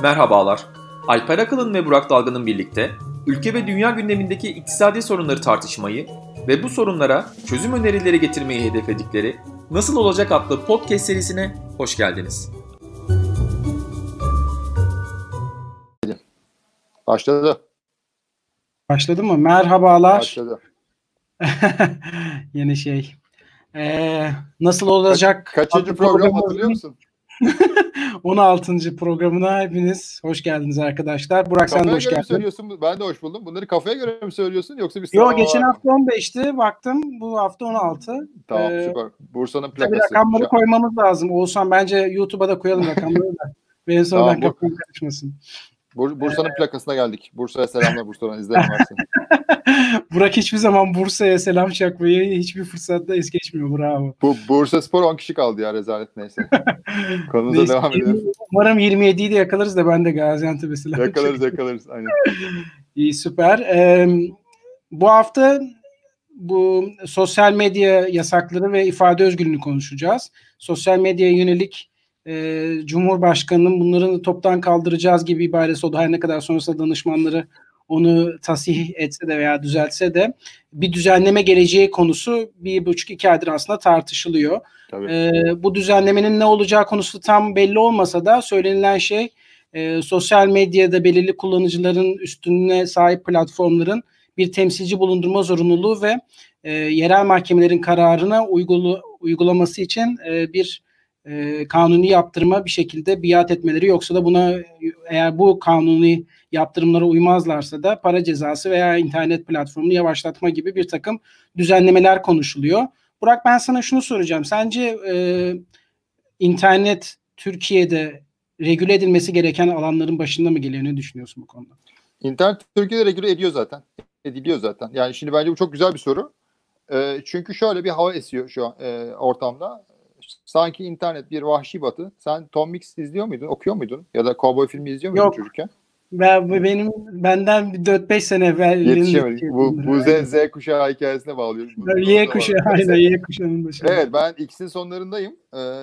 Merhabalar. Alper Akalın ve Burak Dalgın'ın birlikte ülke ve dünya gündemindeki iktisadi sorunları tartışmayı ve bu sorunlara çözüm önerileri getirmeyi hedefledikleri Nasıl Olacak adlı podcast serisine hoş geldiniz. Başladı. Başladı mı? Merhabalar. Başladı. Yeni şey. Nasıl olacak? Kaçıncı program hatırlıyor musun? 16. programına hepiniz hoş geldiniz arkadaşlar. Burak kafaya sen de hoş geldin. Söylüyorsun? Ben de hoş buldum. Bunları kafaya göre mi söylüyorsun yoksa bir Yok, sıralama geçen var mı? hafta 15'ti. Baktım bu hafta 16. Tamam, süper. Bursa'nın Tabii plakası. rakamları koymamız lazım. Oğuzhan bence YouTube'a da koyalım rakamları da. Benim sonradan Tamam, kafam karışmasın. Bursa'nın plakasına geldik. Bursa'ya selamlar, Bursa'dan izleyen varsa. Burak hiçbir zaman Bursa'ya selam çakmayı hiçbir fırsatta es geçmiyor. Bravo. Bu Bursaspor 10 kişi kaldı ya, rezalet neyse. Konumuza devam edelim. Umarım 27'yi de yakalarız da ben de Gaziantep'e selam Yakalarız aynen. İyi, süper. Bu hafta bu sosyal medya yasakları ve ifade özgürlüğünü konuşacağız. Sosyal medyaya yönelik Cumhurbaşkanı'nın bunların toptan kaldıracağız gibi ibaresi oldu. Her ne kadar sonrasında danışmanları onu tasih etse de veya düzeltse de bir düzenleme geleceği konusu 1,5-2 aydır aslında tartışılıyor. Bu düzenlemenin ne olacağı konusu tam belli olmasa da söylenilen şey sosyal medyada belirli kullanıcıların üstüne sahip platformların bir temsilci bulundurma zorunluluğu ve yerel mahkemelerin kararına uygulaması için bir kanuni yaptırıma bir şekilde biat etmeleri, yoksa da buna eğer bu kanuni yaptırımlara uymazlarsa da para cezası veya internet platformunu yavaşlatma gibi bir takım düzenlemeler konuşuluyor. Burak, ben sana şunu soracağım. Sence internet Türkiye'de regüle edilmesi gereken alanların başında mı geliyor? Ne düşünüyorsun bu konuda? İnternet Türkiye'de regüle ediliyor zaten. Yani şimdi bence bu çok güzel bir soru. Çünkü şöyle bir hava esiyor şu an ortamda. Sanki internet bir vahşi batı. Sen Tom Mix izliyor muydun, okuyor muydun? Ya da Cowboy filmi izliyor muydun çocukken? Benden 4-5 sene evvel yetişemedik. Bu Z kuşağı hikayesine bağlıyor. Y kuşağı, aynen, Y kuşağının başında. Evet, ben ikisinin sonlarındayım.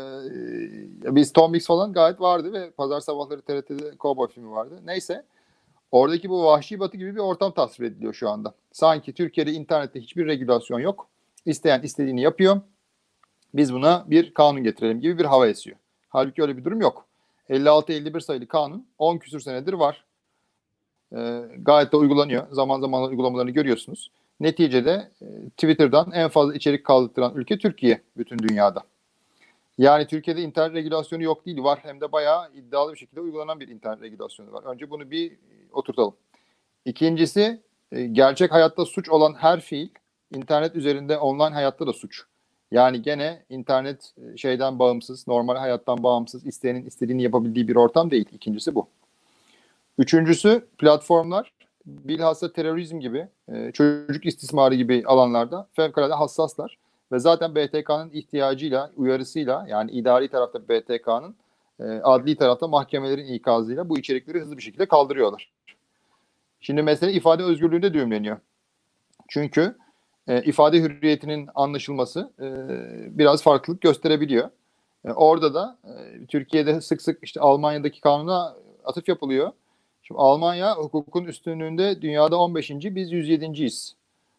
Biz Tom Mix falan gayet vardı ve pazar sabahları TRT'de Cowboy filmi vardı. Neyse. Oradaki bu vahşi batı gibi bir ortam tasvir ediliyor şu anda. Sanki Türkiye'de internette hiçbir regülasyon yok. İsteyen istediğini yapıyor. Biz buna bir kanun getirelim gibi bir hava esiyor. Halbuki öyle bir durum yok. 56-51 sayılı kanun 10 küsur senedir var. Gayet de uygulanıyor. Zaman zaman uygulamalarını görüyorsunuz. Neticede Twitter'dan en fazla içerik kaldırtılan ülke Türkiye bütün dünyada. Yani Türkiye'de internet regülasyonu yok değil, var. Hem de bayağı iddialı bir şekilde uygulanan bir internet regülasyonu var. Önce bunu bir oturtalım. İkincisi, gerçek hayatta suç olan her fiil internet üzerinde online hayatta da suç. Yani gene internet şeyden bağımsız, normal hayattan bağımsız, isteyenin istediğini yapabildiği bir ortam değil. İkincisi bu. Üçüncüsü, platformlar bilhassa terörizm gibi, çocuk istismarı gibi alanlarda fevkalade hassaslar. Ve zaten BTK'nın ihtiyacıyla, uyarısıyla, yani idari tarafta BTK'nın, adli tarafta mahkemelerin ikazıyla bu içerikleri hızlı bir şekilde kaldırıyorlar. Şimdi mesele ifade özgürlüğünde düğümleniyor. Çünkü ifade hürriyetinin anlaşılması biraz farklılık gösterebiliyor. Orada da Türkiye'de sık sık işte Almanya'daki kanuna atıf yapılıyor. Şimdi Almanya hukukun üstünlüğünde dünyada 15. biz 107.yiz.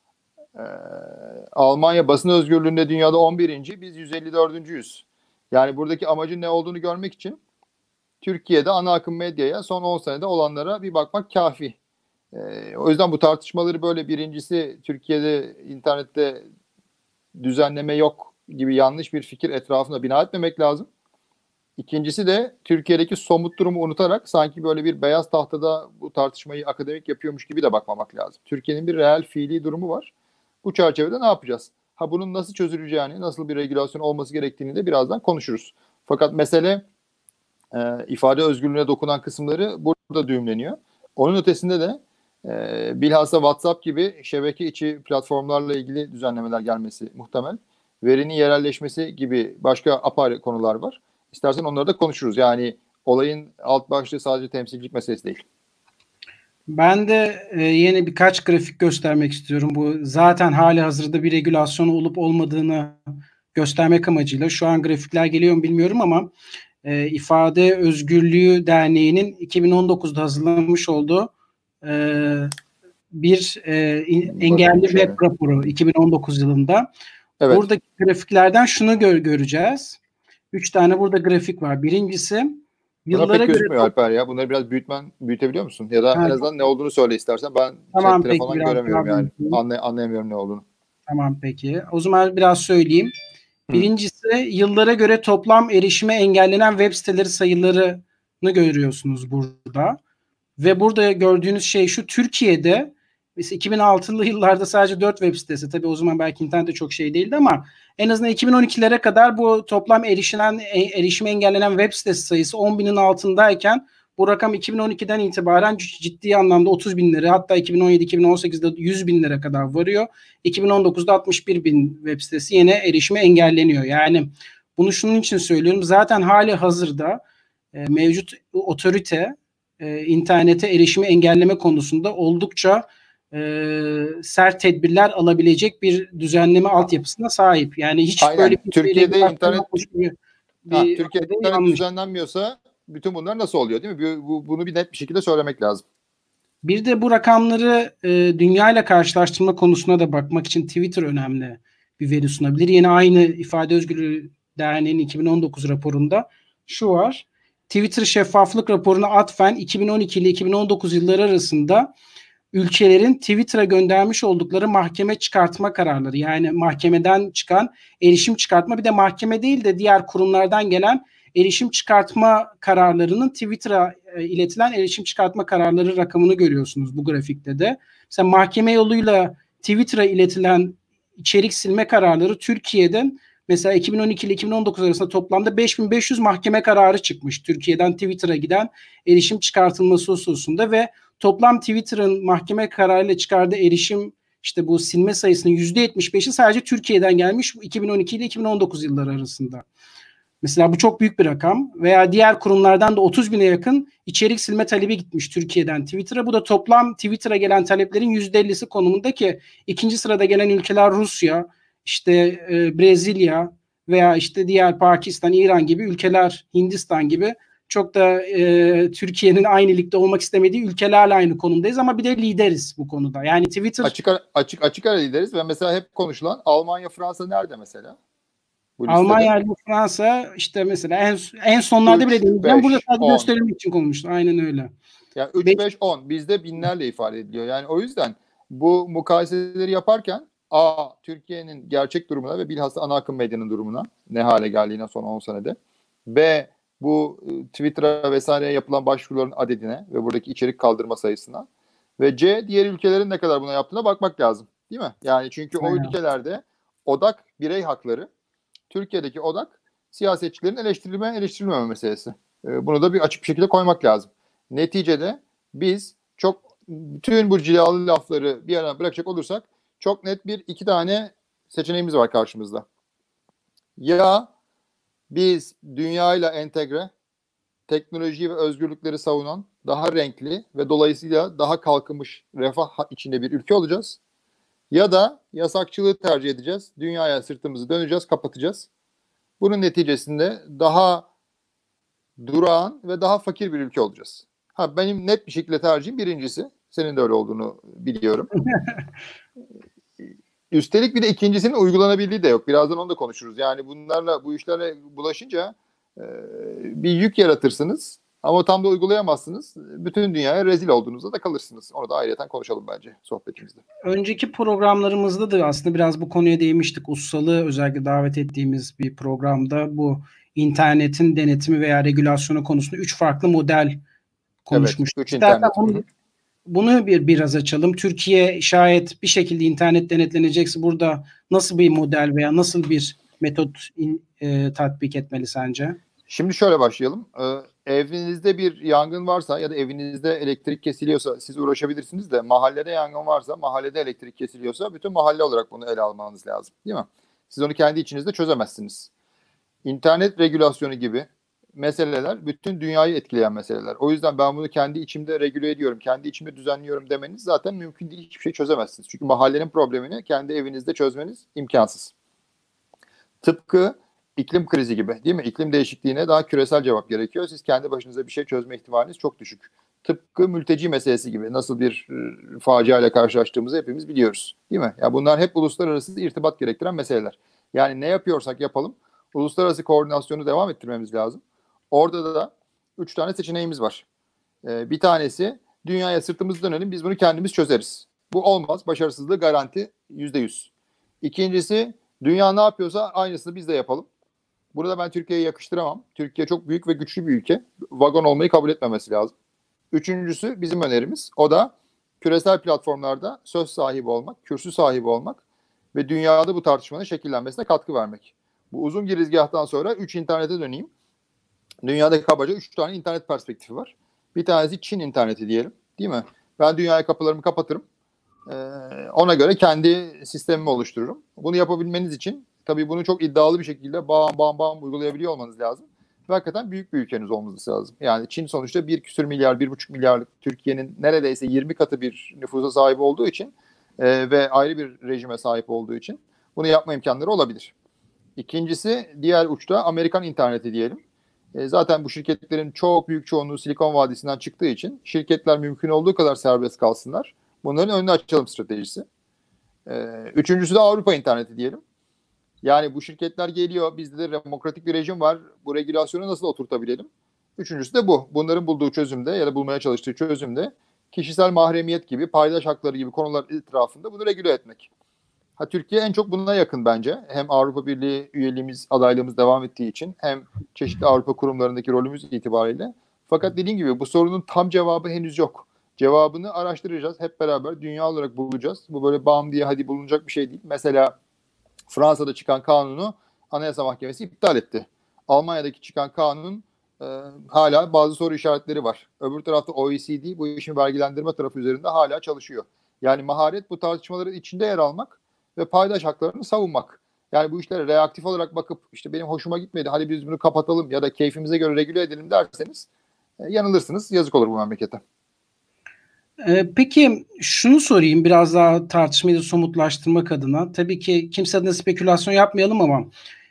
Almanya basın özgürlüğünde dünyada 11. biz 154.yüz. Yani buradaki amacın ne olduğunu görmek için Türkiye'de ana akım medyaya son 10 senede olanlara bir bakmak kafi. O yüzden bu tartışmaları böyle, birincisi Türkiye'de internette düzenleme yok gibi yanlış bir fikir etrafında bina etmemek lazım. İkincisi de Türkiye'deki somut durumu unutarak sanki böyle bir beyaz tahtada bu tartışmayı akademik yapıyormuş gibi de bakmamak lazım. Türkiye'nin bir reel fiili durumu var. Bu çerçevede ne yapacağız? Bunun nasıl çözüleceğini, nasıl bir regülasyon olması gerektiğini de birazdan konuşuruz. Fakat mesele ifade özgürlüğüne dokunan kısımları burada düğümleniyor. Onun ötesinde de bilhassa WhatsApp gibi şebeke içi platformlarla ilgili düzenlemeler gelmesi muhtemel. Verinin yerelleşmesi gibi başka apayrı konular var. İstersen onları da konuşuruz. Yani olayın alt başlığı sadece temsilcilik meselesi değil. Ben de yeni birkaç grafik göstermek istiyorum. Bu zaten hali hazırda bir regülasyon olup olmadığını göstermek amacıyla. Şu an grafikler geliyor mu bilmiyorum ama İfade Özgürlüğü Derneği'nin 2019'da hazırlamış olduğu bir engelli web raporu 2019 yılında. Evet. Buradaki grafiklerden şunu göreceğiz. 3 tane burada grafik var. Birincisi yıllara pek gözükmüyor Alper ya. Bunları biraz büyütebiliyor musun? Ya da en azından ne olduğunu söyle istersen. Ben tamam, telefondan göremiyorum yani. Anlayamıyorum ne olduğunu. Tamam peki. O zaman biraz söyleyeyim. Birincisi yıllara göre toplam erişime engellenen web siteleri sayılarını görüyorsunuz burada. Ve burada gördüğünüz şey şu: Türkiye'de mesela 2006'lı yıllarda sadece 4 web sitesi, tabii o zaman belki internette çok şey değildi ama en azından 2012'lere kadar bu toplam erişime engellenen web sitesi sayısı 10.000'in altındayken bu rakam 2012'den itibaren ciddi anlamda 30 binlere, hatta 2017-2018'de 100 binlere kadar varıyor. 2019'da 61 bin web sitesi yine erişime engelleniyor. Yani bunu şunun için söylüyorum. Zaten hali hazırda mevcut otorite internete erişimi engelleme konusunda oldukça sert tedbirler alabilecek bir düzenleme altyapısına sahip. Yani hiç aynen. Böyle bir Türkiye'de internet Türkiye'de düzenlenmiyorsa bütün bunlar nasıl oluyor, değil mi? Bunu bir net bir şekilde söylemek lazım. Bir de bu rakamları dünyayla karşılaştırma konusuna da bakmak için Twitter önemli bir veri sunabilir. Yine aynı İfade Özgürlüğü Derneği'nin 2019 raporunda şu var. Twitter şeffaflık raporuna atfen 2012 ile 2019 yılları arasında ülkelerin Twitter'a göndermiş oldukları mahkeme çıkartma kararları, yani mahkemeden çıkan erişim çıkartma, bir de mahkeme değil de diğer kurumlardan gelen erişim çıkartma kararlarının Twitter'a iletilen erişim çıkartma kararları rakamını görüyorsunuz bu grafikte de. Mesela mahkeme yoluyla Twitter'a iletilen içerik silme kararları Türkiye'den mesela 2012 ile 2019 arasında toplamda 5500 mahkeme kararı çıkmış Türkiye'den Twitter'a giden erişim çıkartılması hususunda ve toplam Twitter'ın mahkeme kararıyla çıkardığı erişim, işte bu silme sayısının %75'i sadece Türkiye'den gelmiş 2012 ile 2019 yılları arasında. Mesela bu çok büyük bir rakam. Veya diğer kurumlardan da 30 bine yakın içerik silme talebi gitmiş Türkiye'den Twitter'a. Bu da toplam Twitter'a gelen taleplerin %50'si konumunda ki ikinci sırada gelen ülkeler Rusya, işte Brezilya veya işte diğer Pakistan, İran gibi ülkeler, Hindistan gibi çok da Türkiye'nin aynı ligde olmak istemediği ülkelerle aynı konumdayız ama bir de lideriz bu konuda. Yani Twitter açık ara lideriz ve mesela hep konuşulan Almanya, Fransa nerede mesela? Almanya ile Fransa işte mesela en sonlarda bile demeyeceğim. Burada sadece gösterilmek için konuştu. Aynen öyle. Yani 3, 5, 10. Bizde binlerle ifade ediliyor. Yani o yüzden bu mukayeseleri yaparken Türkiye'nin gerçek durumuna ve bilhassa ana akım medyanın durumuna ne hale geldiğine son 10 senede. B, bu Twitter'a vesaireye yapılan başvuruların adedine ve buradaki içerik kaldırma sayısına. Ve C, diğer ülkelerin ne kadar buna yaptığına bakmak lazım. Değil mi? Yani çünkü o ülkelerde odak birey hakları, Türkiye'deki odak siyasetçilerin eleştirilmeme meselesi. Bunu da bir açık bir şekilde koymak lazım. Neticede biz bütün bu cilalı lafları bir yana bırakacak olursak çok net iki tane seçeneğimiz var karşımızda. Ya biz dünyayla entegre, teknolojiyi ve özgürlükleri savunan, daha renkli ve dolayısıyla daha kalkınmış, refah içinde bir ülke olacağız. Ya da yasakçılığı tercih edeceğiz. Dünyaya sırtımızı döneceğiz, kapatacağız. Bunun neticesinde daha durağan ve daha fakir bir ülke olacağız. Benim net bir şekilde tercihim birincisi. Senin de öyle olduğunu biliyorum. Üstelik bir de ikincisinin uygulanabilirliği de yok. Birazdan onu da konuşuruz. Yani bu işlerle bulaşınca bir yük yaratırsınız ama tam da uygulayamazsınız. Bütün dünyaya rezil olduğunuzda da kalırsınız. Onu da ayrıca konuşalım bence sohbetimizde. Önceki programlarımızda da aslında biraz bu konuya değinmiştik. Ussal'ı özellikle davet ettiğimiz bir programda bu internetin denetimi veya regülasyonu konusunda 3 farklı model konuşmuştuk. Evet, bunu biraz açalım. Türkiye şayet bir şekilde internet denetlenecekse burada nasıl bir model veya nasıl bir metot tatbik etmeli sence? Şimdi şöyle başlayalım. Evinizde bir yangın varsa ya da evinizde elektrik kesiliyorsa siz uğraşabilirsiniz de mahallede yangın varsa, mahallede elektrik kesiliyorsa bütün mahalle olarak bunu ele almanız lazım. Değil mi? Siz onu kendi içinizde çözemezsiniz. İnternet regülasyonu gibi meseleler bütün dünyayı etkileyen meseleler. O yüzden ben bunu kendi içimde regüle ediyorum, kendi içimde düzenliyorum demeniz zaten mümkün değil. Hiçbir şey çözemezsiniz. Çünkü mahallenin problemini kendi evinizde çözmeniz imkansız. Tıpkı iklim krizi gibi, değil mi? İklim değişikliğine daha küresel cevap gerekiyor. Siz kendi başınıza bir şey çözme ihtimaliniz çok düşük. Tıpkı mülteci meselesi gibi nasıl bir faciayla karşılaştığımızı hepimiz biliyoruz. Değil mi? Ya bunlar hep uluslararası irtibat gerektiren meseleler. Yani ne yapıyorsak yapalım, uluslararası koordinasyonu devam ettirmemiz lazım. Orada da 3 tane seçeneğimiz var. Bir tanesi, dünyaya sırtımızı dönelim, biz bunu kendimiz çözeriz. Bu olmaz, başarısızlığı garanti %100. İkincisi, dünya ne yapıyorsa aynısını biz de yapalım. Burada ben Türkiye'ye yakıştıramam. Türkiye çok büyük ve güçlü bir ülke. Vagon olmayı kabul etmemesi lazım. Üçüncüsü bizim önerimiz. O da küresel platformlarda söz sahibi olmak, kürsü sahibi olmak ve dünyada bu tartışmanın şekillenmesine katkı vermek. Bu uzun girizgahtan sonra 3 internete döneyim. Dünyada kabaca 3 tane internet perspektifi var. Bir tanesi Çin interneti diyelim, değil mi? Ben dünyaya kapılarımı kapatırım. Ona göre kendi sistemimi oluştururum. Bunu yapabilmeniz için tabii bunu çok iddialı bir şekilde bam uygulayabiliyor olmanız lazım. Ve hakikaten büyük bir ülkeniz olması lazım. Yani Çin sonuçta 1 küsür milyar, 1,5 milyarlık Türkiye'nin neredeyse 20 katı bir nüfusa sahip olduğu için ve ayrı bir rejime sahip olduğu için bunu yapma imkanları olabilir. İkincisi, diğer uçta Amerikan interneti diyelim. Zaten bu şirketlerin çok büyük çoğunluğu Silikon Vadisi'nden çıktığı için şirketler mümkün olduğu kadar serbest kalsınlar. Bunların önünü açalım stratejisi. Üçüncüsü de Avrupa interneti diyelim. Yani bu şirketler geliyor, bizde de demokratik bir rejim var. Bu regülasyonu nasıl oturtabilelim? Üçüncüsü de bu. Bunların bulduğu çözümde ya da bulmaya çalıştığı çözümde kişisel mahremiyet gibi, paydaş hakları gibi konular etrafında bunu regüle etmek. Türkiye en çok buna yakın bence. Hem Avrupa Birliği üyeliğimiz, adaylığımız devam ettiği için hem çeşitli Avrupa kurumlarındaki rolümüz itibariyle. Fakat dediğim gibi bu sorunun tam cevabı henüz yok. Cevabını araştıracağız. Hep beraber dünya olarak bulacağız. Bu böyle bam diye hadi bulunacak bir şey değil. Mesela Fransa'da çıkan kanunu Anayasa Mahkemesi iptal etti. Almanya'daki çıkan kanun hala bazı soru işaretleri var. Öbür tarafta OECD bu işin vergilendirme tarafı üzerinde hala çalışıyor. Yani maharet bu tartışmaların içinde yer almak ve paydaş haklarını savunmak. Yani bu işlere reaktif olarak bakıp işte benim hoşuma gitmedi, hadi biz bunu kapatalım ya da keyfimize göre regüle edelim derseniz yanılırsınız. Yazık olur bu memlekete. Peki şunu sorayım biraz daha tartışmayı da somutlaştırmak adına. Tabii ki kimse adına spekülasyon yapmayalım ama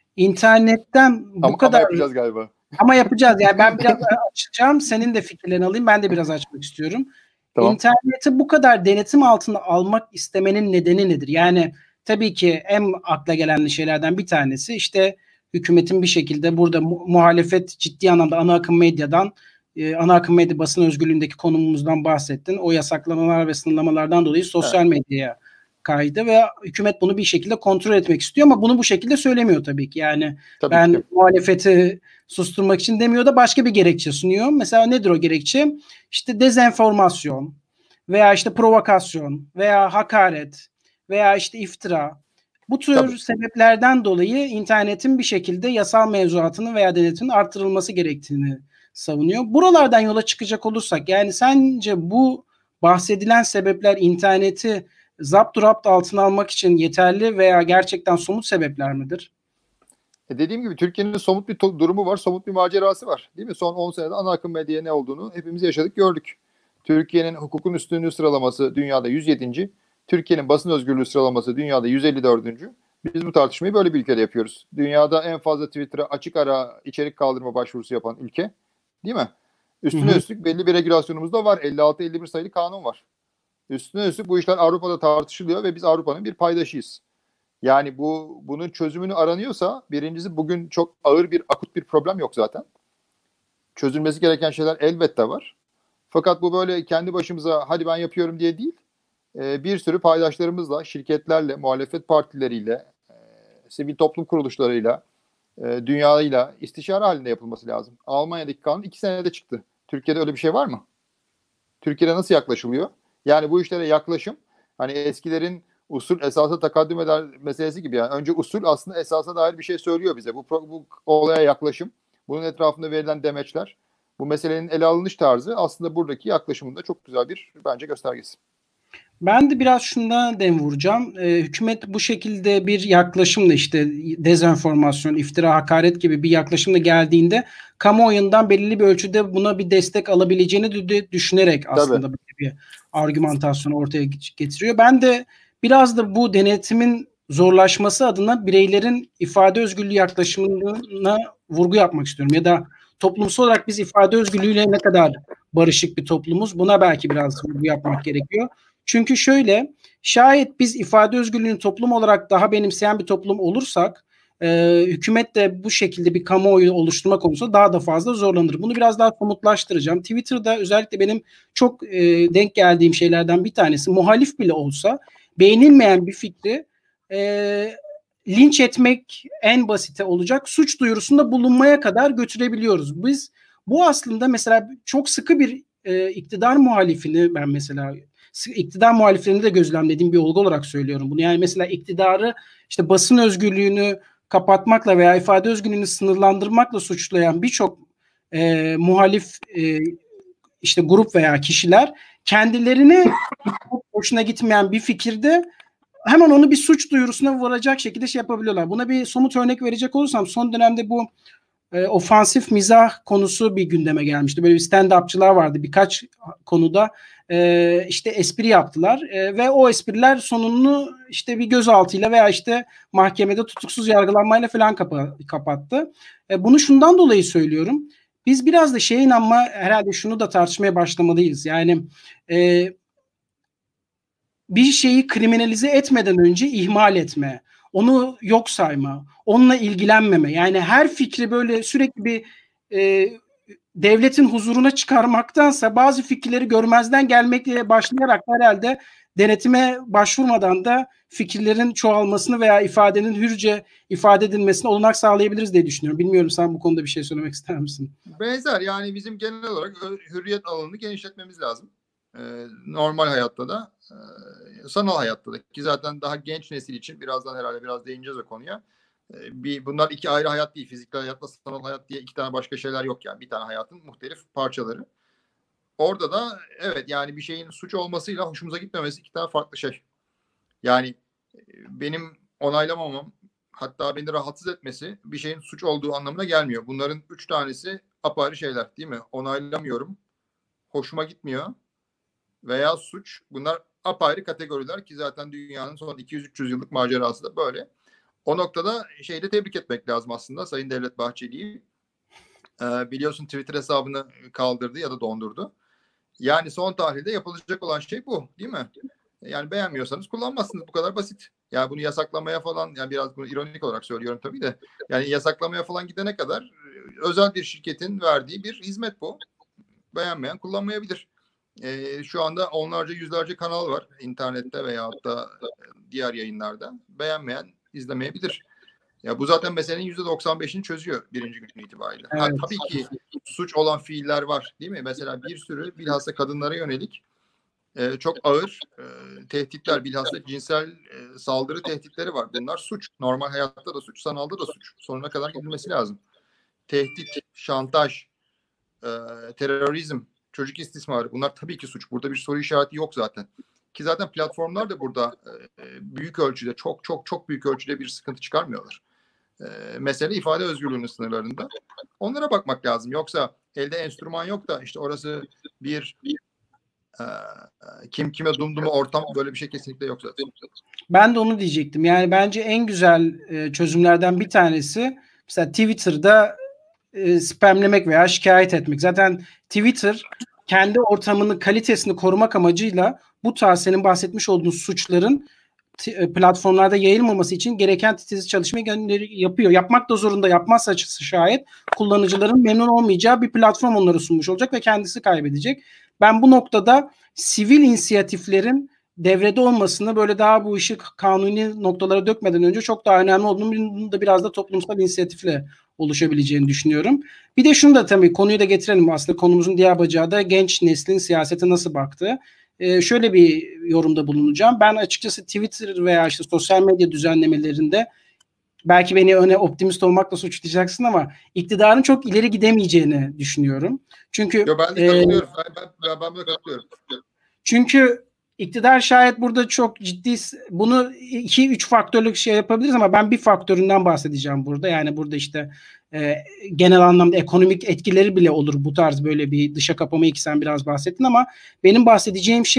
internetten bu kadar... Ama yapacağız galiba. Ama yapacağız. Yani ben biraz açacağım. Senin de fikirlerini alayım. Ben de biraz açmak istiyorum. Tamam. İnterneti bu kadar denetim altına almak istemenin nedeni nedir? Yani tabii ki en akla gelen şeylerden bir tanesi işte hükümetin bir şekilde burada muhalefet ciddi anlamda ana akım medyadan ana akım medya basın özgürlüğündeki konumumuzdan bahsettin. O yasaklamalar ve sınırlamalardan dolayı sosyal medyaya kaydı ve hükümet bunu bir şekilde kontrol etmek istiyor ama bunu bu şekilde söylemiyor tabii ki. Yani tabii ben ki muhalefeti susturmak için demiyor da başka bir gerekçe sunuyor. Mesela nedir o gerekçe? İşte dezenformasyon veya işte provokasyon veya hakaret veya işte iftira. Bu tür sebeplerden dolayı internetin bir şekilde yasal mevzuatının veya denetimin artırılması gerektiğini savunuyor. Buralardan yola çıkacak olursak yani sence bu bahsedilen sebepler interneti zapturapt altına almak için yeterli veya gerçekten somut sebepler midir? Dediğim gibi Türkiye'nin somut bir durumu var, somut bir macerası var. Değil mi? Son 10 senede ana akım medya ne olduğunu hepimiz yaşadık, gördük. Türkiye'nin hukukun üstünlüğü sıralaması dünyada 107. Türkiye'nin basın özgürlüğü sıralaması dünyada 154. Biz bu tartışmayı böyle bir ülkede yapıyoruz. Dünyada en fazla Twitter'a açık ara içerik kaldırma başvurusu yapan ülke. Değil mi? Üstüne üstlük belli bir regülasyonumuz da var. 56-51 sayılı kanun var. Üstüne üstlük bu işler Avrupa'da tartışılıyor ve biz Avrupa'nın bir paydaşıyız. Yani bunun çözümünü aranıyorsa birincisi bugün çok ağır bir akut bir problem yok zaten. Çözülmesi gereken şeyler elbette var. Fakat bu böyle kendi başımıza hadi ben yapıyorum diye değil. Bir sürü paydaşlarımızla, şirketlerle, muhalefet partileriyle, sivil toplum kuruluşlarıyla, dünyayla istişare halinde yapılması lazım. Almanya'daki kanun 2 senede çıktı. Türkiye'de öyle bir şey var mı? Türkiye'de nasıl yaklaşılıyor? Yani bu işlere yaklaşım hani eskilerin usul esasa takaddüm eder meselesi gibi. Yani önce usul aslında esasa dair bir şey söylüyor bize. Bu olaya yaklaşım, bunun etrafında verilen demeçler, bu meselenin ele alınış tarzı aslında buradaki yaklaşımın da çok güzel bir bence göstergesi. Ben de biraz şundan dem vuracağım. Hükümet bu şekilde bir yaklaşımla işte dezenformasyon, iftira, hakaret gibi bir yaklaşımla geldiğinde kamuoyundan belirli bir ölçüde buna bir destek alabileceğini düşünerek aslında böyle bir argümantasyonu ortaya getiriyor. Ben de biraz da bu denetimin zorlaşması adına bireylerin ifade özgürlüğü yaklaşımına vurgu yapmak istiyorum. Ya da toplumsal olarak biz ifade özgürlüğüyle ne kadar barışık bir toplumuz, buna belki biraz vurgu yapmak gerekiyor. Çünkü şöyle, şayet biz ifade özgürlüğünü toplum olarak daha benimseyen bir toplum olursak, hükümet de bu şekilde bir kamuoyu oluşturma konusunda daha da fazla zorlanır. Bunu biraz daha somutlaştıracağım. Twitter'da özellikle benim çok denk geldiğim şeylerden bir tanesi, muhalif bile olsa beğenilmeyen bir fikri linç etmek en basite olacak, suç duyurusunda bulunmaya kadar götürebiliyoruz. Biz bu aslında mesela çok sıkı bir iktidar muhalifini, ben mesela iktidar muhaliflerini de gözlemlediğim bir olgu olarak söylüyorum bunu. Yani mesela iktidarı işte basın özgürlüğünü kapatmakla veya ifade özgürlüğünü sınırlandırmakla suçlayan birçok muhalif işte grup veya kişiler kendilerine çok hoşuna gitmeyen bir fikirde hemen onu bir suç duyurusuna varacak şekilde şey yapabiliyorlar. Buna bir somut örnek verecek olursam, son dönemde bu ofansif mizah konusu bir gündeme gelmişti. Böyle bir stand-upçılar vardı. Birkaç konuda işte espri yaptılar ve o espriler sonunu işte bir gözaltıyla veya işte mahkemede tutuksuz yargılanmayla falan kapattı. Bunu şundan dolayı söylüyorum. Biz biraz da şeye inanma, herhalde şunu da tartışmaya başlamalıyız. Yani bir şeyi kriminalize etmeden önce ihmal etme, onu yok sayma, onunla ilgilenmeme. Yani her fikri böyle sürekli bir devletin huzuruna çıkarmaktansa bazı fikirleri görmezden gelmekle başlayarak herhalde denetime başvurmadan da fikirlerin çoğalmasını veya ifadenin hürce ifade edilmesine olanak sağlayabiliriz diye düşünüyorum. Bilmiyorum, sen bu konuda bir şey söylemek ister misin? Benzer, yani bizim genel olarak hürriyet alanını genişletmemiz lazım. Normal hayatta da, sanal hayatta da, ki zaten daha genç nesil için birazdan herhalde biraz değineceğiz o konuya. Bunlar iki ayrı hayat değil. Fiziksel hayatla sanal hayat diye iki tane başka şeyler yok yani. Bir tane hayatın muhtelif parçaları. Orada da evet, yani bir şeyin suç olmasıyla hoşumuza gitmemesi iki tane farklı şey. Yani benim onaylamamam, hatta beni rahatsız etmesi bir şeyin suç olduğu anlamına gelmiyor. Bunların üç tanesi apayrı şeyler, değil mi? Onaylamıyorum, hoşuma gitmiyor veya suç. Bunlar apayrı kategoriler ki zaten dünyanın son 200-300 yıllık macerası da böyle. O noktada şeyde tebrik etmek lazım aslında Sayın Devlet Bahçeli'yi. Biliyorsun, Twitter hesabını kaldırdı ya da dondurdu. Yani son tahlilde yapılacak olan şey bu, değil mi? Yani beğenmiyorsanız kullanmazsınız, bu kadar basit. Yani bunu yasaklamaya falan, yani biraz bunu ironik olarak söylüyorum tabii de, yani yasaklamaya falan gidene kadar özel bir şirketin verdiği bir hizmet bu. Beğenmeyen kullanmayabilir. Şu anda onlarca yüzlerce kanal var internette veya da diğer yayınlarda. Beğenmeyen izlemeyebilir. Ya bu zaten meselenin %95'ini çözüyor birinci gün itibariyle. Evet. Tabii ki suç olan fiiller var, değil mi? Mesela bir sürü bilhassa kadınlara yönelik çok ağır tehditler, bilhassa cinsel saldırı tehditleri var. Bunlar suç. Normal hayatta da suç, sanalda da suç. Sonuna kadar gidilmesi lazım. Tehdit, şantaj, terörizm, çocuk istismarı, bunlar tabii ki suç. Burada bir soru işareti yok zaten. Ki zaten platformlar da burada büyük ölçüde, çok çok çok büyük ölçüde bir sıkıntı çıkarmıyorlar. Mesele ifade özgürlüğünün sınırlarında. Onlara bakmak lazım. Yoksa elde enstrüman yok da işte orası bir kim kime dumdumu ortam, böyle bir şey kesinlikle yok zaten. Ben de onu diyecektim. Yani bence en güzel çözümlerden bir tanesi mesela Twitter'da spamlemek veya şikayet etmek. Zaten Twitter kendi ortamının kalitesini korumak amacıyla bu tarz senin bahsetmiş olduğun suçların platformlarda yayılmaması için gereken titiz çalışmayı yapıyor. Yapmak da zorunda, yapmazsa şayet kullanıcıların memnun olmayacağı bir platform onlara sunmuş olacak ve kendisi kaybedecek. Ben bu noktada sivil inisiyatiflerin devrede olmasını, böyle daha bu işi kanuni noktalara dökmeden önce çok daha önemli olduğunu da biraz da toplumsal inisiyatifle oluşabileceğini düşünüyorum. Bir de şunu da tabii konuyu da getirelim, aslında konumuzun diğer bacağı da genç neslin siyasete nasıl baktığı. Şöyle bir yorumda bulunacağım. Ben açıkçası Twitter veya işte sosyal medya düzenlemelerinde, belki beni öne optimist olmakla suçlayacaksın ama iktidarın çok ileri gidemeyeceğini düşünüyorum. Çünkü ben de katılıyorum. Ben de katılıyorum. Çünkü iktidar şayet burada çok ciddi, bunu 2-3 faktörlük şey yapabiliriz ama ben bir faktöründen bahsedeceğim burada. Yani burada işte genel anlamda ekonomik etkileri bile olur bu tarz böyle bir dışa kapamayı, ki sen biraz bahsettin, ama benim bahsedeceğim şey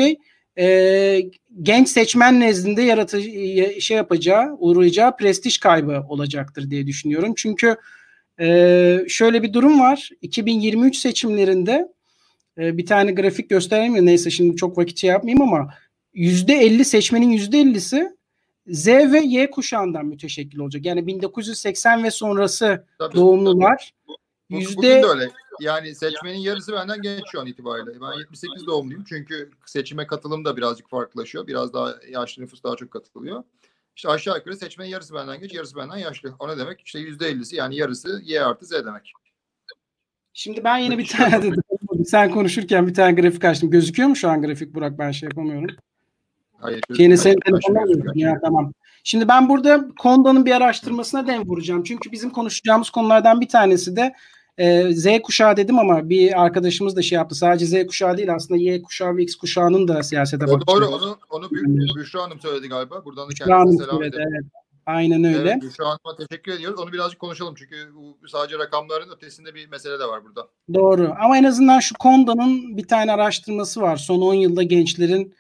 genç seçmen nezdinde uğrayacağı prestij kaybı olacaktır diye düşünüyorum. Çünkü şöyle bir durum var. 2023 seçimlerinde bir tane grafik gösteremiyor. Neyse şimdi çok vakit yapmayayım ama %50 seçmenin %50'si Z ve Y kuşağından müteşekkil olacak. Yani 1980 ve sonrası doğumlular. Bugün de öyle. Yani seçmenin yarısı benden genç şu an itibariyle. Ben 78 doğumluyum. Çünkü seçime katılım da birazcık farklılaşıyor. Biraz daha yaşlı nüfus daha çok katılıyor. İşte aşağı yukarı seçmenin yarısı benden genç, yarısı benden yaşlı. O ne demek? İşte %50'si yani yarısı Y artı Z demek. Şimdi ben yine bir tane sen konuşurken bir tane grafik açtım. Gözüküyor mu şu an grafik Burak? Ben şey yapamıyorum. Hayır. Yine senin telefonun ya tamam. Şimdi ben burada Konda'nın bir araştırmasına dem vuracağım. Çünkü bizim konuşacağımız konulardan bir tanesi de Z kuşağı dedim ama bir arkadaşımız da şey yaptı. Sadece Z kuşağı değil aslında Y kuşağı ve X kuşağının da siyasete bakışı. Doğru. Onu Büşra Hanım söyledi galiba. Buradan da kendisine selam edelim. Evet. Aynen öyle. Evet, Büşra Hanım'a teşekkür ediyoruz. Onu birazcık konuşalım. Çünkü bu sadece rakamların ötesinde bir mesele de var burada. Doğru. Ama en azından şu Konda'nın bir tane araştırması var. Son 10 yılda gençlerin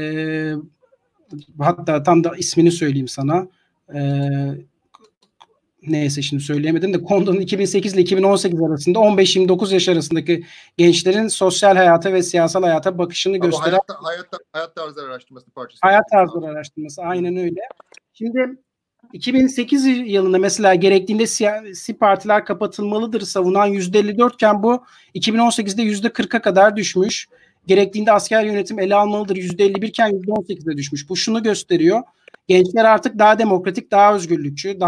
hatta tam da ismini söyleyeyim sana. Neyse şimdi söyleyemedim de Konda'nın 2008 ile 2018 arasında 15-29 yaş arasındaki gençlerin sosyal hayata ve siyasal hayata bakışını gösteren hayat tarzları araştırması parçası. Hayat tarzları araştırması aynen öyle. Şimdi 2008 yılında mesela gerektiğinde siyasi partiler kapatılmalıdır savunan %54 iken bu 2018'de %40'a kadar düşmüş. Gerektiğinde asker yönetim ele almalıdır %51 iken %18'e düşmüş. Bu şunu gösteriyor. Gençler artık daha demokratik, daha özgürlükçü,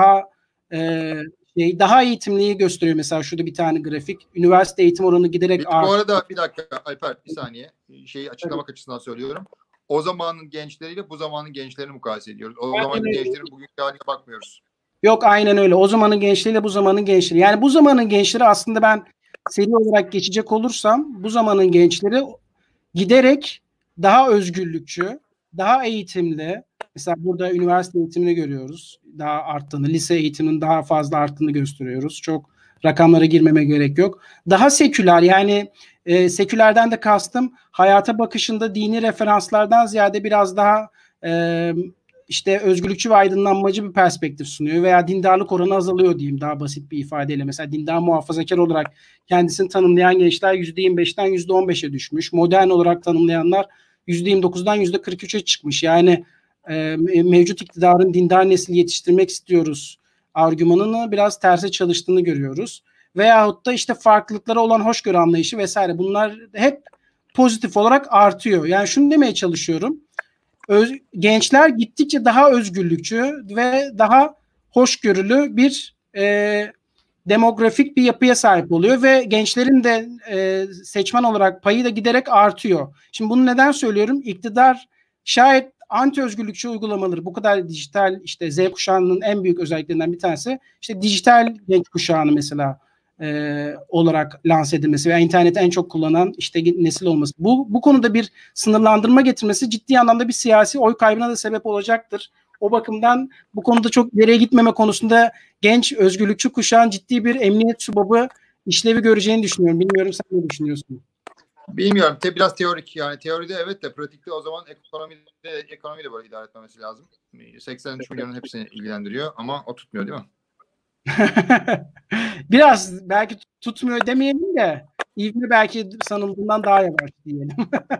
daha eğitimliyi gösteriyor. Mesela şurada bir tane grafik. Üniversite eğitim oranı giderek artıyor. Bu arada bir dakika Alper bir saniye. Şeyi açıklamak açısından söylüyorum. O zamanın gençleriyle bu zamanın gençlerini mukayese ediyoruz. O zamanın gençlerin bugünkü haline bakmıyoruz. Yok aynen öyle. O zamanın gençleriyle bu zamanın gençleri. Yani bu zamanın gençleri aslında ben seri olarak geçecek olursam bu zamanın gençleri giderek daha özgürlükçü, daha eğitimli. Mesela burada üniversite eğitimini görüyoruz. Daha arttığını, lise eğitiminin daha fazla arttığını gösteriyoruz. Çok rakamlara girmeme gerek yok. Daha seküler yani sekülerden de kastım hayata bakışında dini referanslardan ziyade biraz daha işte özgürlükçü ve aydınlanmacı bir perspektif sunuyor veya dindarlık oranı azalıyor diyeyim daha basit bir ifadeyle. Mesela dindar muhafazakar olarak kendisini tanımlayan gençler %25'ten %15'e düşmüş. Modern olarak tanımlayanlar %29'dan %43'e çıkmış. Yani mevcut iktidarın dindar nesil yetiştirmek istiyoruz argümanını biraz terse çalıştığını görüyoruz. Veyahut da işte farklılıklara olan hoşgörü anlayışı vesaire bunlar hep pozitif olarak artıyor. Yani şunu demeye çalışıyorum. Gençler gittikçe daha özgürlükçü ve daha hoşgörülü bir demografik bir yapıya sahip oluyor ve gençlerin de seçmen olarak payı da giderek artıyor. Şimdi bunu neden söylüyorum? İktidar şayet anti özgürlükçü uygulamaları bu kadar dijital işte Z kuşağının en büyük özelliklerinden bir tanesi işte dijital genç kuşağını mesela olarak lanse edilmesi veya interneti en çok kullanan işte nesil olması. Bu konuda bir sınırlandırma getirmesi ciddi anlamda bir siyasi oy kaybına da sebep olacaktır. O bakımdan bu konuda çok ileriye gitmeme konusunda genç özgürlükçü kuşağın ciddi bir emniyet subabı işlevi göreceğini düşünüyorum. Bilmiyorum sen ne düşünüyorsun? Bilmiyorum. Biraz teorik yani. Teoride evet de pratikte o zaman ekonomiyle böyle idare etmemesi lazım. 83 milyonun hepsini ilgilendiriyor ama o tutmuyor değil mi? Biraz belki tutmuyor demeyelim de ivme belki sanıldığından daha yavaş diyelim.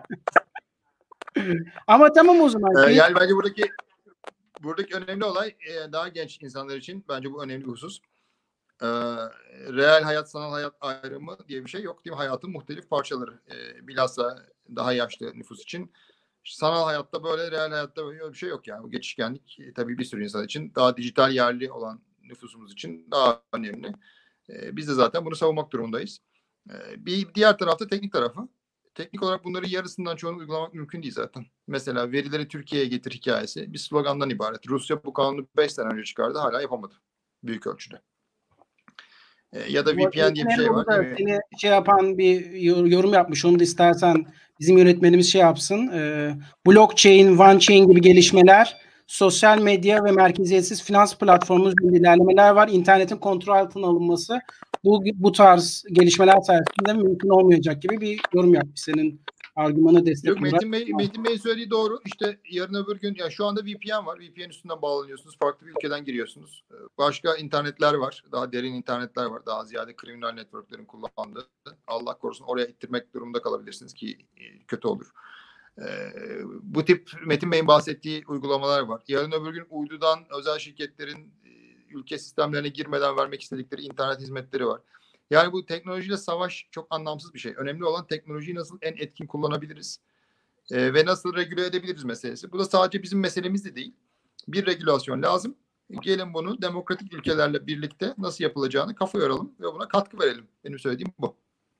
Ama tamam o zaman. Yani bence buradaki önemli olay daha genç insanlar için bence bu önemli bir husus. Reel hayat, sanal hayat ayrımı diye bir şey yok değil mi? Hayatın muhtelif parçaları. Bilhassa daha yaşlı nüfus için. Sanal hayatta böyle, reel hayatta böyle bir şey yok yani. Bu geçişkenlik tabii bir sürü insan için daha dijital yerli olan nüfusumuz için daha önemli. Biz de zaten bunu savunmak durumundayız. Bir diğer tarafta teknik tarafı. Teknik olarak bunların yarısından çoğunu uygulamak mümkün değil zaten. Mesela verileri Türkiye'ye getir hikayesi bir slogandan ibaret. Rusya bu kanunu 5 sene önce çıkardı. Hala yapamadı. Büyük ölçüde. Ya da VPN diye bir şey var. Seni şey yapan bir yorum yapmış. Onu da istersen bizim yönetmenimiz şey yapsın. Blockchain, OneChain gibi gelişmeler, sosyal medya ve merkeziyetsiz finans platformu gibi ilerlemeler var. İnternetin kontrol altına alınması bu tarz gelişmeler sayesinde mümkün olmayacak gibi bir yorum yapmış senin argümanı destek Yok, olarak. Metin Bey söylediği doğru. İşte yarın öbür gün, ya şu anda VPN var. VPN üstünden bağlanıyorsunuz. Farklı bir ülkeden giriyorsunuz. Başka internetler var. Daha derin internetler var. Daha ziyade kriminal networklerin kullandığı. Allah korusun oraya ittirmek durumunda kalabilirsiniz ki kötü olur. Bu tip Metin Bey'in bahsettiği uygulamalar var. Yarın öbür gün uydudan özel şirketlerin ülke sistemlerine girmeden vermek istedikleri internet hizmetleri var. Yani bu teknolojiyle savaş çok anlamsız bir şey. Önemli olan teknolojiyi nasıl en etkin kullanabiliriz ve nasıl regüle edebiliriz meselesi. Bu da sadece bizim meselemiz de değil. Bir regülasyon lazım. Gelin bunu demokratik ülkelerle birlikte nasıl yapılacağını kafa yoralım ve buna katkı verelim. Benim söylediğim bu.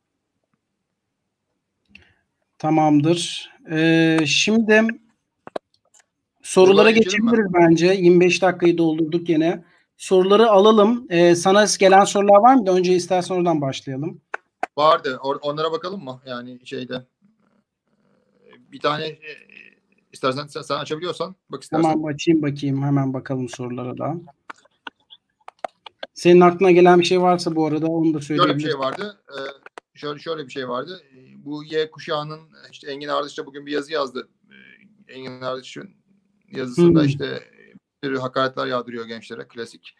Tamamdır. Şimdi sorulara geçebiliriz bence. 25 dakikayı doldurduk yine. Soruları alalım. Sana gelen sorular var mı? Önce istersen oradan başlayalım. Vardı. Onlara bakalım mı? Yani şeyde bir tane istersen sen açabiliyorsan bak istersen. Tamam, açayım bakayım. Hemen bakalım sorulara da. Senin aklına gelen bir şey varsa bu arada onu da söyleyebilirsin. Şöyle bir şey vardı. Şöyle bir şey vardı. Bu Y kuşağının işte Engin Ardış'ta bugün bir yazı yazdı. Engin Ardış'ın yazısında işte bir hakaretler yağdırıyor gençlere, klasik.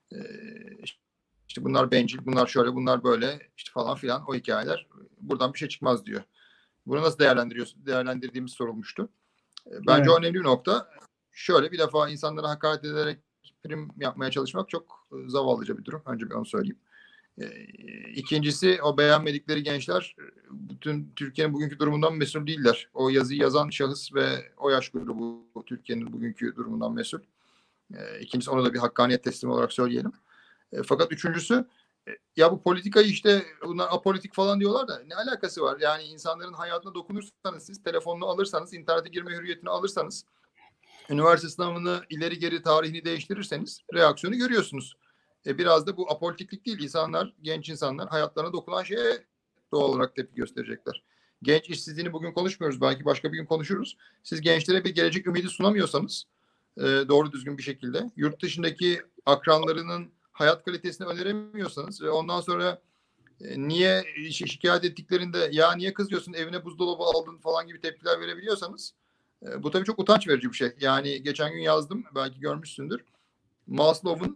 İşte bunlar bencil, bunlar şöyle, bunlar böyle, işte falan filan, o hikayeler. Buradan bir şey çıkmaz diyor. Bunu nasıl değerlendirdiğimiz sorulmuştu. Bence o önemli bir nokta. Şöyle, bir defa insanlara hakaret ederek prim yapmaya çalışmak çok zavallıca bir durum. Önce bir onu söyleyeyim. İkincisi, o beğenmedikleri gençler bütün Türkiye'nin bugünkü durumundan mesul değiller. O yazıyı yazan şahıs ve o yaş grubu Türkiye'nin bugünkü durumundan mesul. İkincisi, ona da bir hakkaniyet teslimi olarak söyleyelim. Fakat üçüncüsü, ya bu politikayı işte bunlar apolitik falan diyorlar da ne alakası var? Yani insanların hayatına dokunursanız, siz telefonunu alırsanız, internete girme hürriyetini alırsanız, üniversite sınavını ileri geri tarihini değiştirirseniz reaksiyonu görüyorsunuz. Biraz da bu apolitiklik değil. İnsanlar, genç insanlar hayatlarına dokunan şeye doğal olarak tepki gösterecekler. Genç işsizliğini bugün konuşmuyoruz. Belki başka bir gün konuşuruz. Siz gençlere bir gelecek ümidi sunamıyorsanız doğru düzgün bir şekilde, yurt dışındaki akranlarının hayat kalitesini öneremiyorsanız ve ondan sonra niye şikayet ettiklerinde ya niye kızıyorsun, evine buzdolabı aldın falan gibi tepkiler verebiliyorsanız bu tabii çok utanç verici bir şey. Yani geçen gün yazdım, belki görmüşsündür. Maslow'un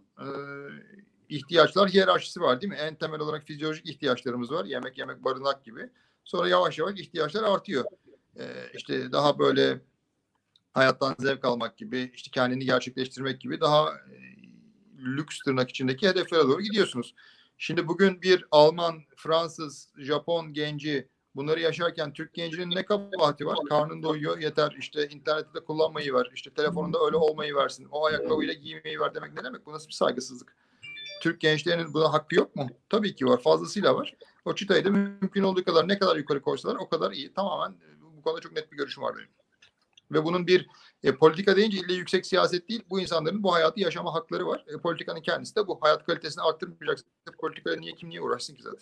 ihtiyaçlar hiyerarşisi var değil mi? En temel olarak fizyolojik ihtiyaçlarımız var. Yemek, barınak gibi. Sonra yavaş yavaş ihtiyaçlar artıyor. İşte daha böyle hayattan zevk almak gibi, işte kendini gerçekleştirmek gibi daha lüks tırnak içindeki hedeflere doğru gidiyorsunuz. Şimdi bugün bir Alman, Fransız, Japon genci bunları yaşarken Türk gencinin ne kabahati var? Karnın doyuyor, yeter. İşte internette de kullanmayı ver. İşte telefonunda öyle olmayı versin. O ayakkabıyla giymeyi ver demek ne demek? Bu nasıl bir saygısızlık? Türk gençlerinin buna hakkı yok mu? Tabii ki var. Fazlasıyla var. O çıtayı da mümkün olduğu kadar ne kadar yukarı koysalar o kadar iyi. Tamamen bu konuda çok net bir görüşüm var benim. Ve bunun bir politika deyince ille yüksek siyaset değil. Bu insanların bu hayatı yaşama hakları var. Politikanın kendisi de bu. Hayat kalitesini arttırmayacaksın. Politikayla niye uğraşsın ki zaten?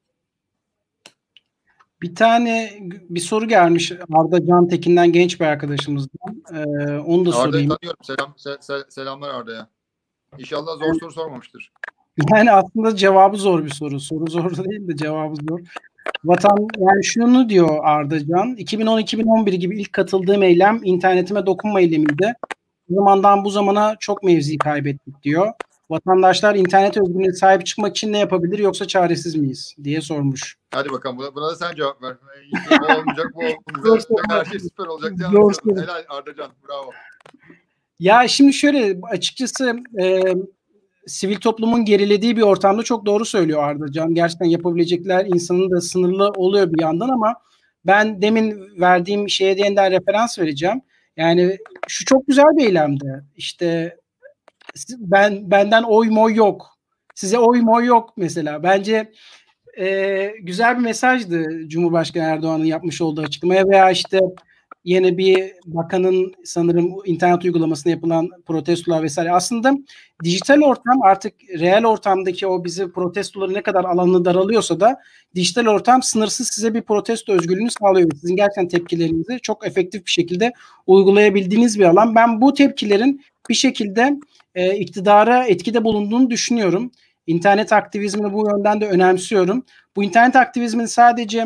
Bir soru gelmiş Arda Can Tekin'den, genç bir arkadaşımızdan. Onu da sorayım. Arda'yı tanıyorum. Selamlar Arda'ya. İnşallah zor soru sormamıştır. Yani aslında cevabı zor bir soru. Soru zor değil de cevabı zor. Yani şunu diyor Arda Can. 2010-2011 gibi ilk katıldığım eylem internetime dokunma eylemiydi. O zamandan bu zamana çok mevzi kaybettik diyor. Vatandaşlar internet özgürlüğüne sahip çıkmak için ne yapabilir, yoksa çaresiz miyiz diye sormuş. Hadi bakalım, buna da sen cevap ver. Bu olmayacak, bu olmayacak. Her şey süper olacak. Helal Arda Can, bravo. Ya şimdi şöyle, açıkçası sivil toplumun gerilediği bir ortamda çok doğru söylüyor Arda Can. Gerçekten yapabilecekler insanın da sınırlı oluyor bir yandan, ama ben demin verdiğim şeye de yeniden referans vereceğim. Yani şu çok güzel bir eylemdi. İşte benden oy moy yok. Size oy moy yok mesela. Bence güzel bir mesajdı Cumhurbaşkanı Erdoğan'ın yapmış olduğu açıklamaya, veya işte yeni bir bakanın sanırım internet uygulamasında yapılan protestolar vesaire. Aslında dijital ortam artık reel ortamdaki o bizi protestoları ne kadar alanını daralıyorsa da dijital ortam sınırsız size bir protesto özgürlüğünü sağlıyor. Sizin gerçekten tepkilerinizi çok efektif bir şekilde uygulayabildiğiniz bir alan. Ben bu tepkilerin bir şekilde iktidara etkide bulunduğunu düşünüyorum. İnternet aktivizmini bu yönden de önemsiyorum. Bu internet aktivizmin sadece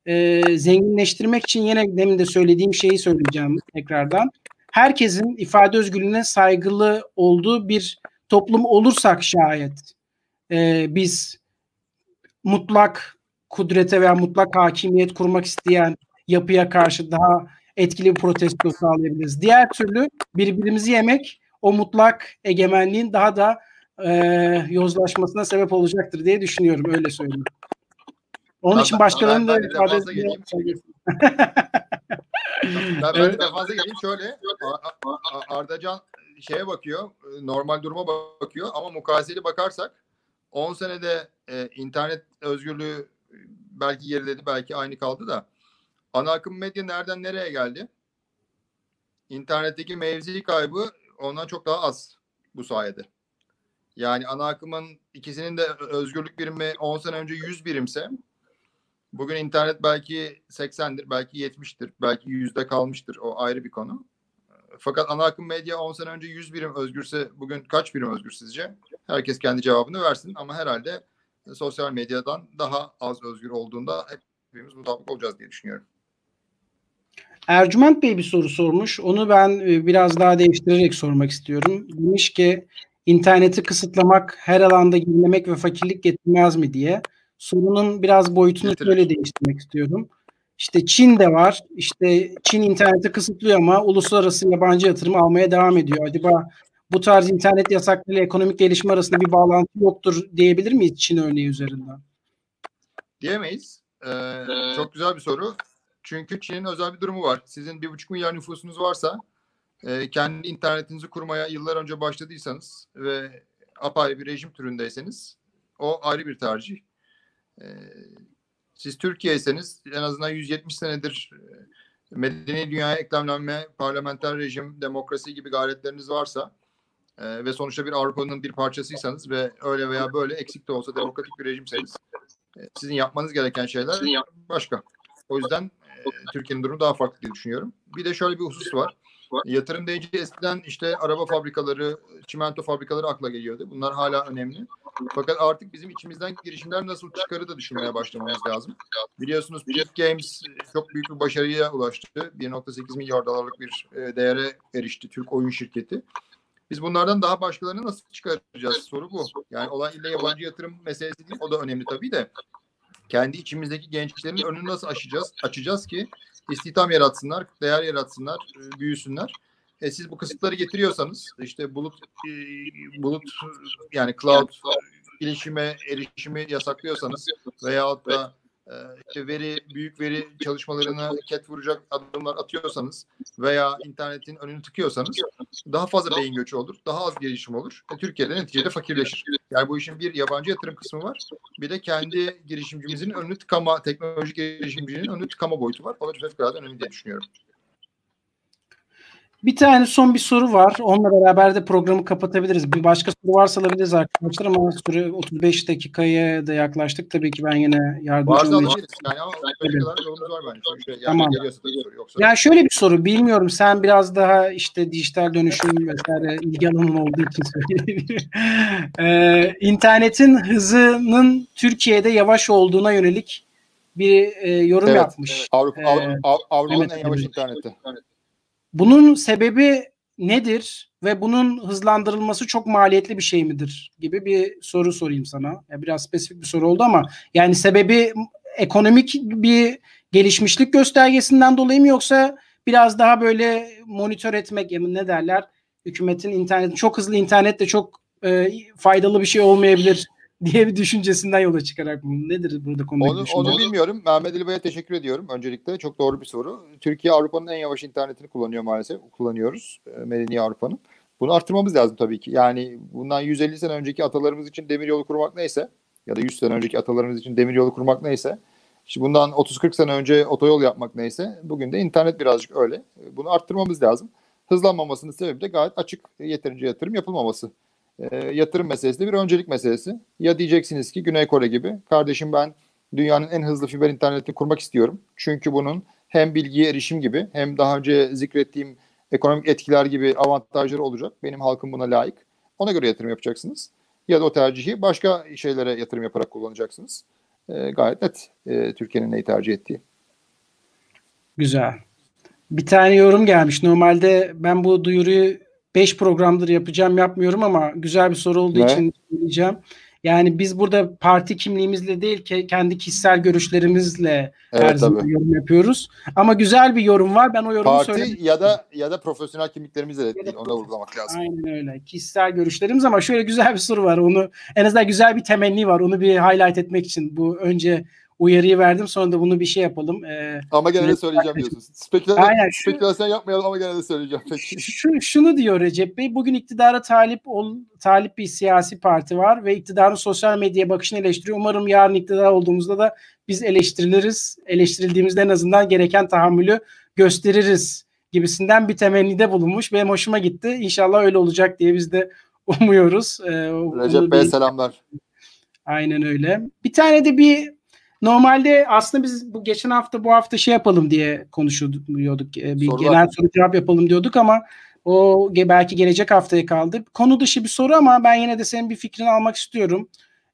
zenginleştirmek için yine demin de söylediğim şeyi söyleyeceğim tekrardan. Herkesin ifade özgürlüğüne saygılı olduğu bir toplum olursak şayet biz mutlak kudrete veya mutlak hakimiyet kurmak isteyen yapıya karşı daha etkili bir protesto sağlayabiliriz. Diğer türlü birbirimizi yemek o mutlak egemenliğin daha da yozlaşmasına sebep olacaktır diye düşünüyorum. Öyle söyleyeyim. Onun için başkalarının da defansa geleyim. Ben de defansa geleyim. Şöyle Ardacan şeye bakıyor. Normal duruma bakıyor ama mukayeseli bakarsak 10 senede internet özgürlüğü belki geriledi, belki aynı kaldı da ana akım medya nereden nereye geldi? İnternetteki mevzi kaybı ondan çok daha az bu sayede. Yani ana akımın ikisinin de özgürlük birimi 10 sene önce 100 birimse bugün internet belki 80'dir, belki 70'tir, belki 100'de kalmıştır. O ayrı bir konu. Fakat ana akım medya 10 sene önce 100 birim özgürse bugün kaç birim özgür sizce? Herkes kendi cevabını versin ama herhalde sosyal medyadan daha az özgür olduğunda hepimiz mutabık olacağız diye düşünüyorum. Ercüment Bey bir soru sormuş. Onu ben biraz daha değiştirerek sormak istiyorum. Demiş ki interneti kısıtlamak her alanda gerilemek ve fakirlik getirmez mi diye. Sorunun biraz boyutunu şöyle değiştirmek istiyorum. İşte Çin de var. İşte Çin interneti kısıtlıyor ama uluslararası yabancı yatırım almaya devam ediyor. Acaba bu tarz internet yasaklarıyla ekonomik gelişme arasında bir bağlantı yoktur diyebilir miyiz Çin örneği üzerinden? Diyemeyiz. Çok güzel bir soru. Çünkü Çin'in özel bir durumu var. Sizin 1,5 milyar nüfusunuz varsa kendi internetinizi kurmaya yıllar önce başladıysanız ve apayrı bir rejim türündeyseniz o ayrı bir tercih. Siz Türkiye'yseniz en azından 170 senedir medeni dünyaya eklemlenme, parlamenter rejim, demokrasi gibi gayretleriniz varsa ve sonuçta bir Avrupa'nın bir parçasıysanız ve öyle veya böyle eksik de olsa demokratik bir rejimseniz sizin yapmanız gereken şeyler başka. O yüzden Türkiye'nin durumu daha farklı diye düşünüyorum. Bir de şöyle bir husus var. Yatırım deyince eskiden işte araba fabrikaları, çimento fabrikaları akla geliyordu. Bunlar hala önemli. Fakat artık bizim içimizden girişimler nasıl çıkarı da düşünmeye başlamamız lazım. Biliyorsunuz Peak Games çok büyük bir başarıya ulaştı. 1,8 milyar dolarlık bir değere erişti Türk oyun şirketi. Biz bunlardan daha başkalarını nasıl çıkaracağız? Soru bu. Yani olay illa yabancı yatırım meselesi değil. O da önemli tabii de. Kendi içimizdeki gençlerin önünü nasıl açacağız ki istihdam yaratsınlar, değer yaratsınlar, büyüsünler. Siz bu kısıtları getiriyorsanız işte bulut yani cloud erişimi yasaklıyorsanız veyahut da işte büyük veri çalışmalarına ket vuracak adımlar atıyorsanız veya internetin önünü tıkıyorsanız daha fazla beyin göçü olur, daha az gelişim olur. Türkiye'de neticede fakirleşir. Yani bu işin bir yabancı yatırım kısmı var. Bir de kendi girişimcimizin önünü tıkama, teknolojik girişimcinin önünü tıkama boyutu var. O da fevkalade önemli diye düşünüyorum. Bir tane son bir soru var. Onunla beraber de programı kapatabiliriz. Bir başka soru varsa alabiliriz arkadaşlar ama süre 35 dakikaya da yaklaştık. Tabii ki ben yine yardımcı olmayacağım. Yani ama 35 kadar yolumuz var bence. Tamam. Yoksa. Ya şöyle bir soru. Bilmiyorum. Sen biraz daha işte dijital dönüşüm vesaire ilgi alanın olduğu için söyleyebilirim. İnternetin hızının Türkiye'de yavaş olduğuna yönelik bir yorum yapmış. Avrupa'nın en yavaş interneti. Bunun sebebi nedir ve bunun hızlandırılması çok maliyetli bir şey midir gibi bir soru sorayım sana. Ya biraz spesifik bir soru oldu ama yani sebebi ekonomik bir gelişmişlik göstergesinden dolayı mı yoksa biraz daha böyle monitör etmek yani ne derler? Hükümetin interneti çok hızlı internet de çok faydalı bir şey olmayabilir diye bir düşüncesinden yola çıkarak mı? Nedir burada konudaki onu bilmiyorum. Mehmet Ali Bey'e teşekkür ediyorum. Öncelikle çok doğru bir soru. Türkiye Avrupa'nın en yavaş internetini kullanıyor maalesef. Kullanıyoruz. Medeni Avrupa'nın. Bunu arttırmamız lazım tabii ki. Yani bundan 150 sene önceki atalarımız için demiryolu kurmak neyse ya da 100 sene önceki atalarımız için demiryolu kurmak neyse işte bundan 30-40 sene önce otoyol yapmak neyse bugün de internet birazcık öyle. Bunu arttırmamız lazım. Hızlanmamasının sebebi de gayet açık. Yeterince yatırım yapılmaması. Yatırım meselesi de bir öncelik meselesi. Ya diyeceksiniz ki Güney Kore gibi kardeşim ben dünyanın en hızlı fiber internetini kurmak istiyorum. Çünkü bunun hem bilgiye erişim gibi hem daha önce zikrettiğim ekonomik etkiler gibi avantajları olacak. Benim halkım buna layık. Ona göre yatırım yapacaksınız. Ya da o tercihi başka şeylere yatırım yaparak kullanacaksınız. Gayet net Türkiye'nin neyi tercih ettiği. Güzel. Bir tane yorum gelmiş. Normalde ben bu duyuruyu 5 programdır yapmıyorum ama güzel bir soru olduğu Ne? için söyleyeceğim. Yani biz burada parti kimliğimizle değil ki kendi kişisel görüşlerimizle her Evet zaman tabii. yorum yapıyoruz. Ama güzel bir yorum var. Ben o yorumu söylemek Parti ya da profesyonel kimliklerimizle de ya değil. da Onu da vurgulamak lazım. aynen öyle. Kişisel görüşlerimiz ama şöyle güzel bir soru var. Onu en azından güzel bir temenni var. Onu bir highlight etmek için bu önce uyarıyı verdim. Sonra da bunu bir şey yapalım. Ama gene de söyleyeceğim diyorsun. Aynen Spekülasyon yapmayalım ama gene de söyleyeceğim. Peki. şunu diyor Recep Bey. Bugün iktidara talip bir siyasi parti var ve iktidarın sosyal medyaya bakışını eleştiriyor. Umarım yarın iktidar olduğumuzda da biz eleştiriliriz. Eleştirildiğimizde en azından gereken tahammülü gösteririz gibisinden bir temennide bulunmuş. Benim hoşuma gitti. İnşallah öyle olacak diye biz de umuyoruz. Recep Bey selamlar. Aynen öyle. Bir tane de normalde aslında biz bu geçen hafta bu hafta şey yapalım diye konuşuyorduk. Bir Sorular. genel soru cevap yapalım diyorduk ama o belki gelecek haftaya kaldı. Konu dışı bir soru ama ben yine de senin bir fikrini almak istiyorum.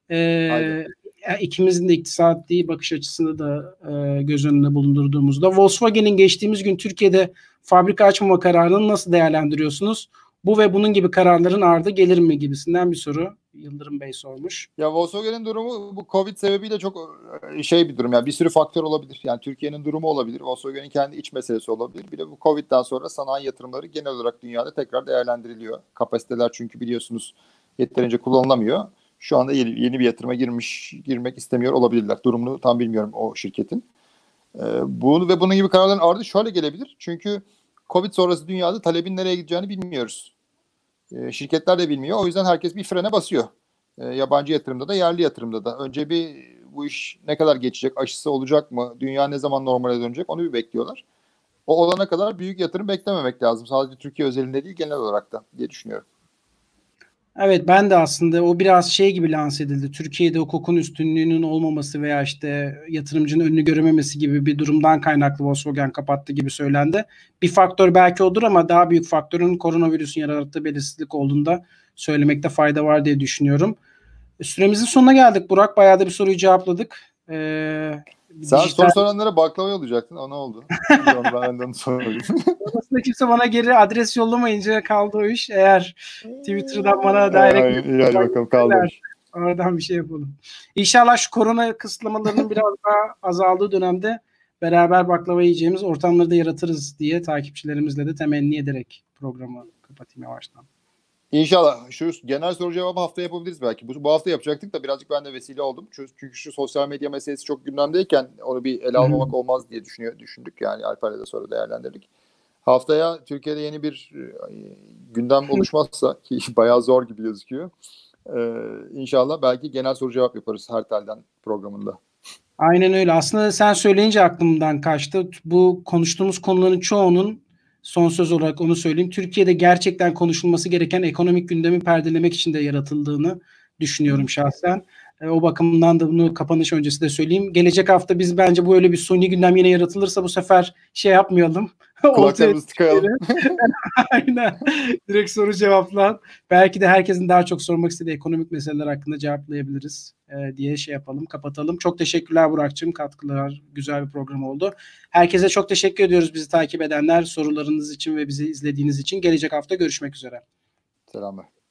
İkimizin de iktisadi bakış açısını da göz önünde bulundurduğumuzda Volkswagen'in geçtiğimiz gün Türkiye'de fabrika açmama kararını nasıl değerlendiriyorsunuz? Bu ve bunun gibi kararların ardı gelir mi gibisinden bir soru. Yıldırım Bey sormuş. Ya Volkswagen'in durumu bu Covid sebebiyle çok şey bir durum. Yani bir sürü faktör olabilir. Yani Türkiye'nin durumu olabilir. Volkswagen'in kendi iç meselesi olabilir. Bir de bu Covid'den sonra sanayi yatırımları genel olarak dünyada tekrar değerlendiriliyor. Kapasiteler çünkü biliyorsunuz yeterince kullanılamıyor. Şu anda yeni bir yatırıma girmek istemiyor olabilirler. Durumunu tam bilmiyorum o şirketin. Bunu ve bunun gibi kararların ardı şöyle gelebilir. Çünkü Covid sonrası dünyada talebin nereye gideceğini bilmiyoruz. Şirketler de bilmiyor. O yüzden herkes bir frene basıyor. Yabancı yatırımda da yerli yatırımda da. Önce bu iş ne kadar geçecek, aşısı olacak mı, dünya ne zaman normale dönecek onu bir bekliyorlar. O olana kadar büyük yatırım beklememek lazım. Sadece Türkiye özelinde değil genel olarak da diye düşünüyorum. Evet ben de aslında o biraz şey gibi lanse edildi. Türkiye'de hukukun üstünlüğünün olmaması veya işte yatırımcının önünü görememesi gibi bir durumdan kaynaklı Volkswagen kapattı gibi söylendi. Bir faktör belki odur ama daha büyük faktörün koronavirüsün yarattığı belirsizlik olduğunda söylemekte fayda var diye düşünüyorum. Süremizin sonuna geldik Burak. Bayağı da bir soruyu cevapladık. Sen soru soranlara baklava yollayacaktın. O ne oldu? Ben de onu sorayım. Aslında kimse bana geri adres yollamayınca kaldı o iş. Eğer Twitter'dan bana direkt iyi hadi bakalım kaldı. oradan bir şey yapalım. İnşallah şu korona kısıtlamalarının biraz daha azaldığı dönemde beraber baklava yiyeceğimiz ortamları da yaratırız diye takipçilerimizle de temenni ederek programı kapatayım yavaştan. İnşallah. Şu genel soru cevabı hafta yapabiliriz belki. Bu hafta yapacaktık da birazcık ben de vesile oldum. Çünkü şu sosyal medya meselesi çok gündemdeyken onu bir ele almamak olmaz diye düşündük. Yani Alper'le de sonra değerlendirdik. Haftaya Türkiye'de yeni bir gündem oluşmazsa ki bayağı zor gibi gözüküyor. İnşallah belki genel soru cevap yaparız her telden programında. Aynen öyle. Aslında sen söyleyince aklımdan kaçtı. Bu konuştuğumuz konuların çoğunun son söz olarak onu söyleyeyim. Türkiye'de gerçekten konuşulması gereken ekonomik gündemi perdelemek için de yaratıldığını düşünüyorum şahsen. O bakımdan da bunu kapanış öncesi de söyleyeyim. Gelecek hafta biz bence böyle bir suni gündem yine yaratılırsa bu sefer şey yapmayalım. Kulaklarımızı tıkayalım. Aynen. Direkt soru cevaplan. Belki de herkesin daha çok sormak istediği ekonomik meseleler hakkında cevaplayabiliriz diye şey yapalım, kapatalım. Çok teşekkürler Burak'cığım. Katkılar, güzel bir program oldu. Herkese çok teşekkür ediyoruz bizi takip edenler, sorularınız için ve bizi izlediğiniz için. Gelecek hafta görüşmek üzere. Selamlar.